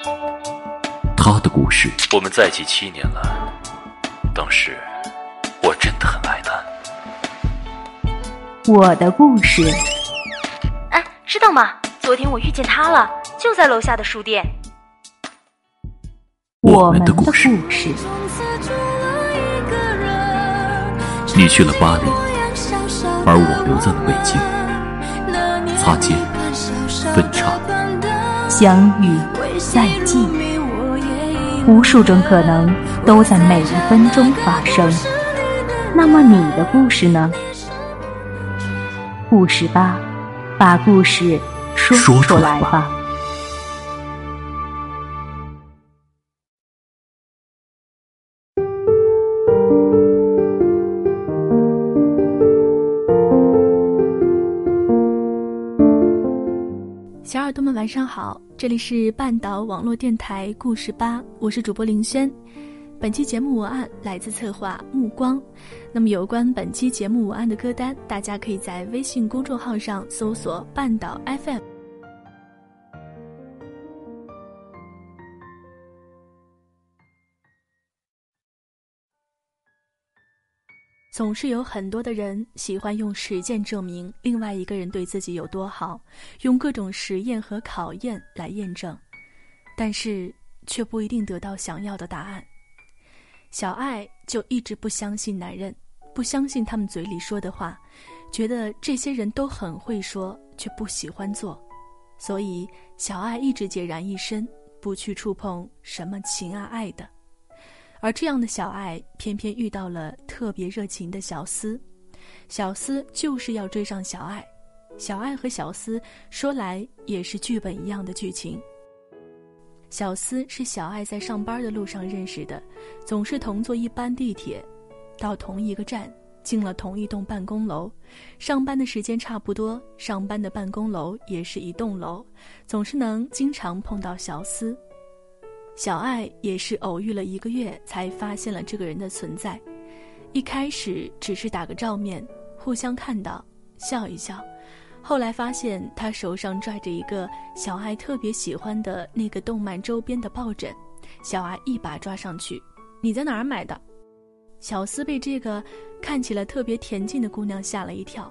他的故事。 我们在一起7年了，当时我真的很爱他。 我的故事。 哎，知道吗？昨天我遇见他了，就在楼下的书店。 我们的故事。 你去了巴黎，而我留在了北京。擦肩，分岔， 相遇，再见。无数种可能都在每一分钟发生。那么你的故事呢？故事吧，把故事说出来吧。 小耳朵们晚上好，这里是半岛网络电台故事吧，我是主播林轩。本期节目文案来自策划目光。那么有关本期节目文案的歌单，大家可以在微信公众号上搜索半岛 FM。 总是有很多的人喜欢用实践证明另外一个人对自己有多好，用各种实验和考验来验证，但是却不一定得到想要的答案。小爱就一直不相信男人，不相信他们嘴里说的话，觉得这些人都很会说，却不喜欢做，所以小爱一直孑然一身，不去触碰什么情啊爱的。而这样的小爱偏偏遇到了特别热情的小思，小思就是要追上小爱，小爱和小思说来也是剧本一样的剧情。小思是小爱在上班的路上认识的，总是同坐一班地铁，到同一个站，进了同一栋办公楼，上班的时间差不多，上班的办公楼也是一栋楼，总是能经常碰到小思。小爱也是偶遇了1个月才发现了这个人的存在，一开始只是打个照面，互相看到笑一笑，后来发现他手上拽着一个小爱特别喜欢的那个动漫周边的抱枕，小爱一把抓上去，你在哪儿买的？小思被这个看起来特别恬静的姑娘吓了一跳。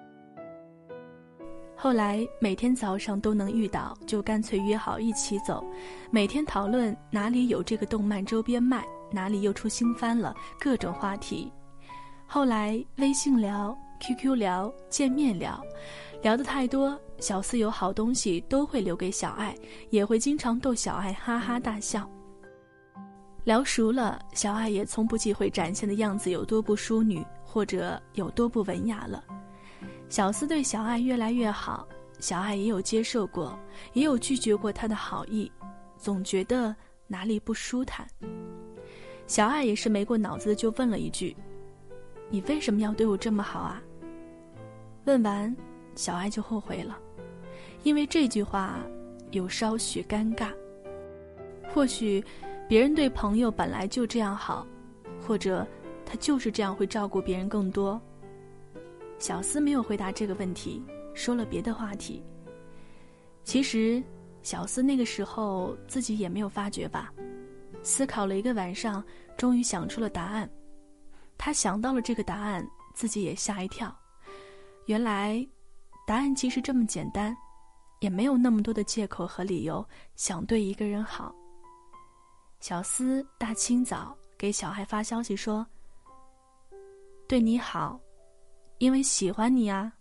后来每天早上都能遇到，就干脆约好一起走，每天讨论哪里有这个动漫周边卖，哪里又出新番了，各种话题。后来微信聊， QQ 聊，见面聊，聊得太多，小思有好东西都会留给小爱，也会经常逗小爱哈哈大笑。聊熟了，小爱也从不忌讳展现的样子有多不淑女，或者有多不文雅了。小思对小爱越来越好，小爱也有接受过，也有拒绝过他的好意，总觉得哪里不舒坦。小爱也是没过脑子就问了一句，你为什么要对我这么好啊？问完，小爱就后悔了，因为这句话有稍许尴尬。或许别人对朋友本来就这样好，或者他就是这样会照顾别人更多。小思没有回答这个问题，说了别的话题。其实小思那个时候自己也没有发觉吧，思考了1个晚上，终于想出了答案。他想到了这个答案，自己也吓一跳，原来答案其实这么简单，也没有那么多的借口和理由想对一个人好。小思大清早给小爱发消息说，对你好，因为喜欢你啊。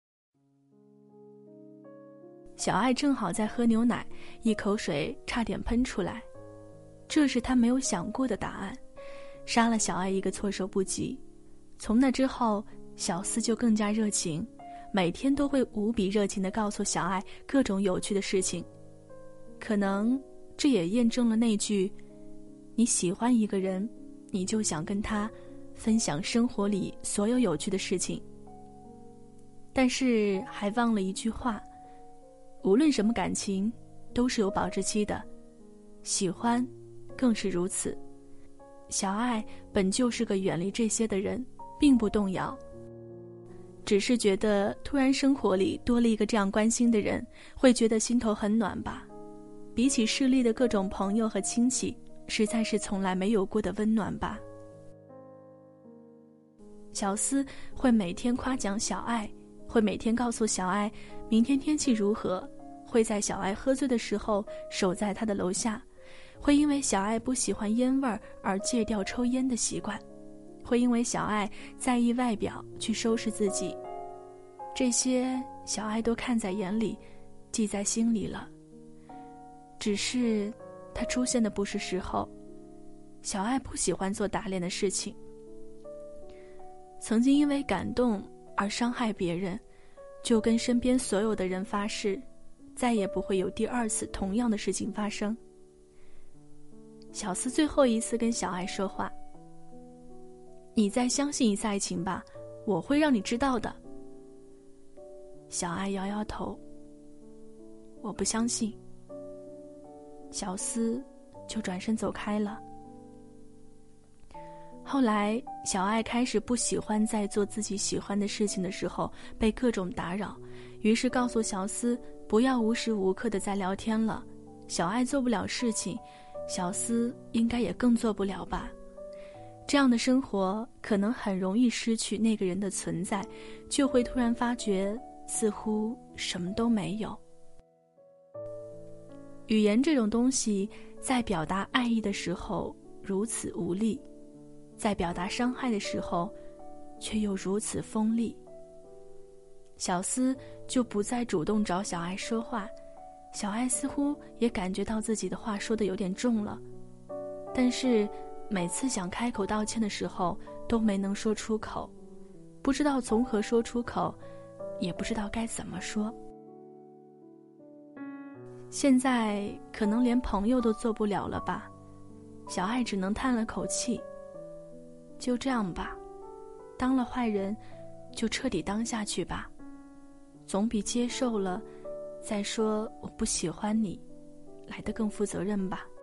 小爱正好在喝牛奶，一口水差点喷出来，这是他没有想过的答案，杀了小爱一个措手不及。从那之后，小思就更加热情，每天都会无比热情地告诉小爱各种有趣的事情。可能这也验证了那句，你喜欢一个人，你就想跟他分享生活里所有有趣的事情。但是还忘了一句话，无论什么感情都是有保质期的，喜欢更是如此。小爱本就是个远离这些的人，并不动摇，只是觉得突然生活里多了一个这样关心的人，会觉得心头很暖吧。 比起势利的各种朋友和亲戚，实在是从来没有过的温暖吧。小思会每天夸奖小爱，会每天告诉小爱明天天气如何，会在小爱喝醉的时候守在她的楼下，会因为小爱不喜欢烟味而戒掉抽烟的习惯，会因为小爱在意外表去收拾自己。这些小爱都看在眼里，记在心里了。只是他出现的不是时候。小爱不喜欢做打脸的事情，曾经因为感动而伤害别人，就跟身边所有的人发誓，再也不会有第二次同样的事情发生。小思最后一次跟小爱说话，你再相信一次爱情吧，我会让你知道的。小爱摇摇头，我不相信。小思就转身走开了。后来小爱开始不喜欢在做自己喜欢的事情的时候被各种打扰，于是告诉小思不要无时无刻的在聊天了。小爱做不了事情，小思应该也更做不了吧。这样的生活可能很容易失去那个人的存在，就会突然发觉似乎什么都没有。语言这种东西在表达爱意的时候如此无力，在表达伤害的时候却又如此锋利。小思就不再主动找小爱说话，小爱似乎也感觉到自己的话说得有点重了，但是每次想开口道歉的时候都没能说出口，不知道从何说出口，也不知道该怎么说。现在可能连朋友都做不了了吧，小爱只能叹了口气。就这样吧，当了坏人就彻底当下去吧，总比接受了再说我不喜欢你来得更负责任吧。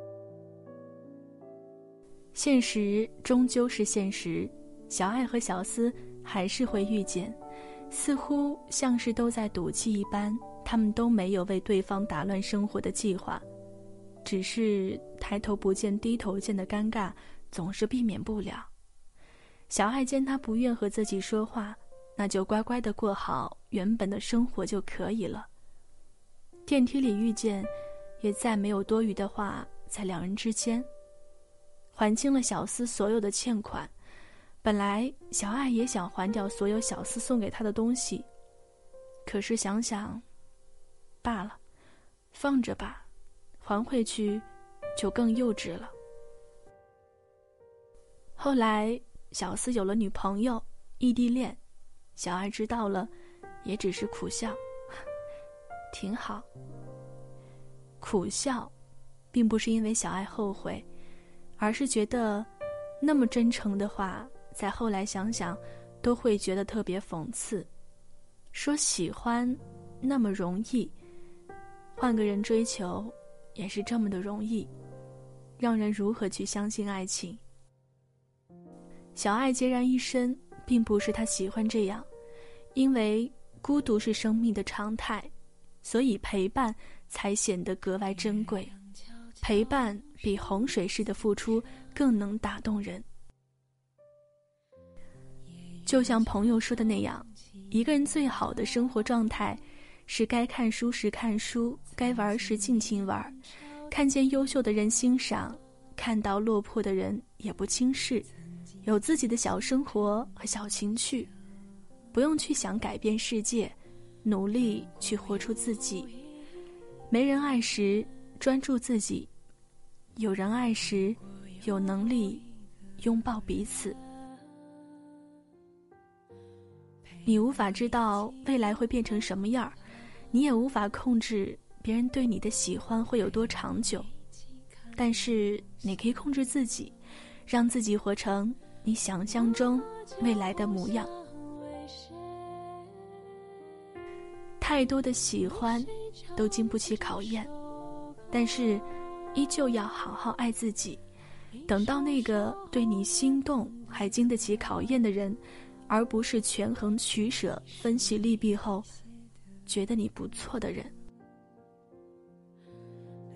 现实终究是现实，小爱和小思还是会遇见，似乎像是都在赌气一般，他们都没有为对方打乱生活的计划，只是抬头不见低头见的尴尬总是避免不了。小爱见他不愿和自己说话，那就乖乖地过好原本的生活就可以了。电梯里遇见，也再没有多余的话在两人之间，还清了小思所有的欠款。本来小爱也想还掉所有小思送给她的东西，可是想想罢了，放着吧，还回去就更幼稚了。后来小思有了女朋友，异地恋，小爱知道了也只是苦笑，挺好。苦笑并不是因为小爱后悔，而是觉得那么真诚的话在后来想想都会觉得特别讽刺。说喜欢那么容易，换个人追求也是这么的容易，让人如何去相信爱情？小爱孑然一身并不是她喜欢这样，因为孤独是生命的常态，所以陪伴才显得格外珍贵。陪伴比洪水式的付出更能打动人。就像朋友说的那样，一个人最好的生活状态是该看书时看书，该玩时尽情玩，看见优秀的人欣赏，看到落魄的人也不轻视，有自己的小生活和小情趣，不用去想改变世界，努力去活出自己。没人爱时专注自己，有人爱时有能力拥抱彼此。你无法知道未来会变成什么样，你也无法控制别人对你的喜欢会有多长久，但是你可以控制自己，让自己活成你想象中未来的模样。太多的喜欢都经不起考验，但是依旧要好好爱自己，等到那个对你心动还经得起考验的人，而不是权衡取舍分析利弊后觉得你不错的人。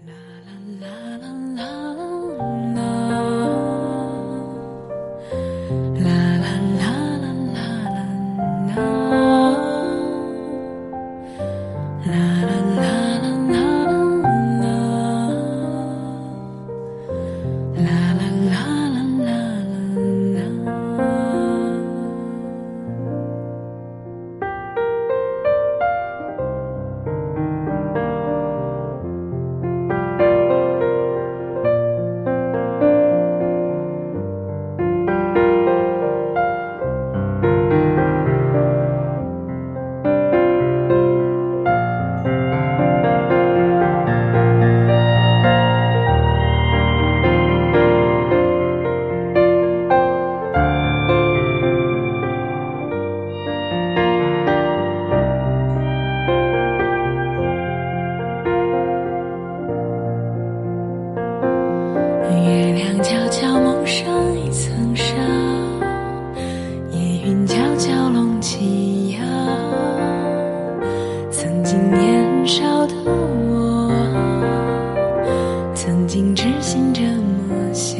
阳悄悄蒙上一层纱，夜云悄悄拢起呀。曾经年少的我，曾经痴心这么想，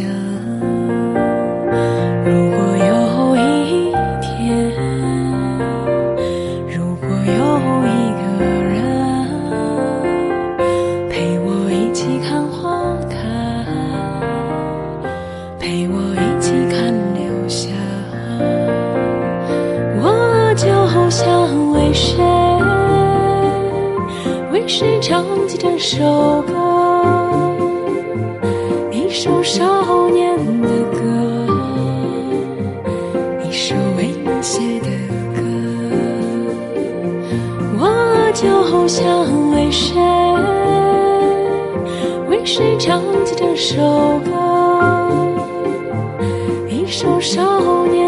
如果有一天，如果有一个人陪我一起看花开，陪我一起看流霞，我就想为谁唱起这首歌，一首少年的歌，一首为你写的歌。我就想为谁唱起这首歌，一首少年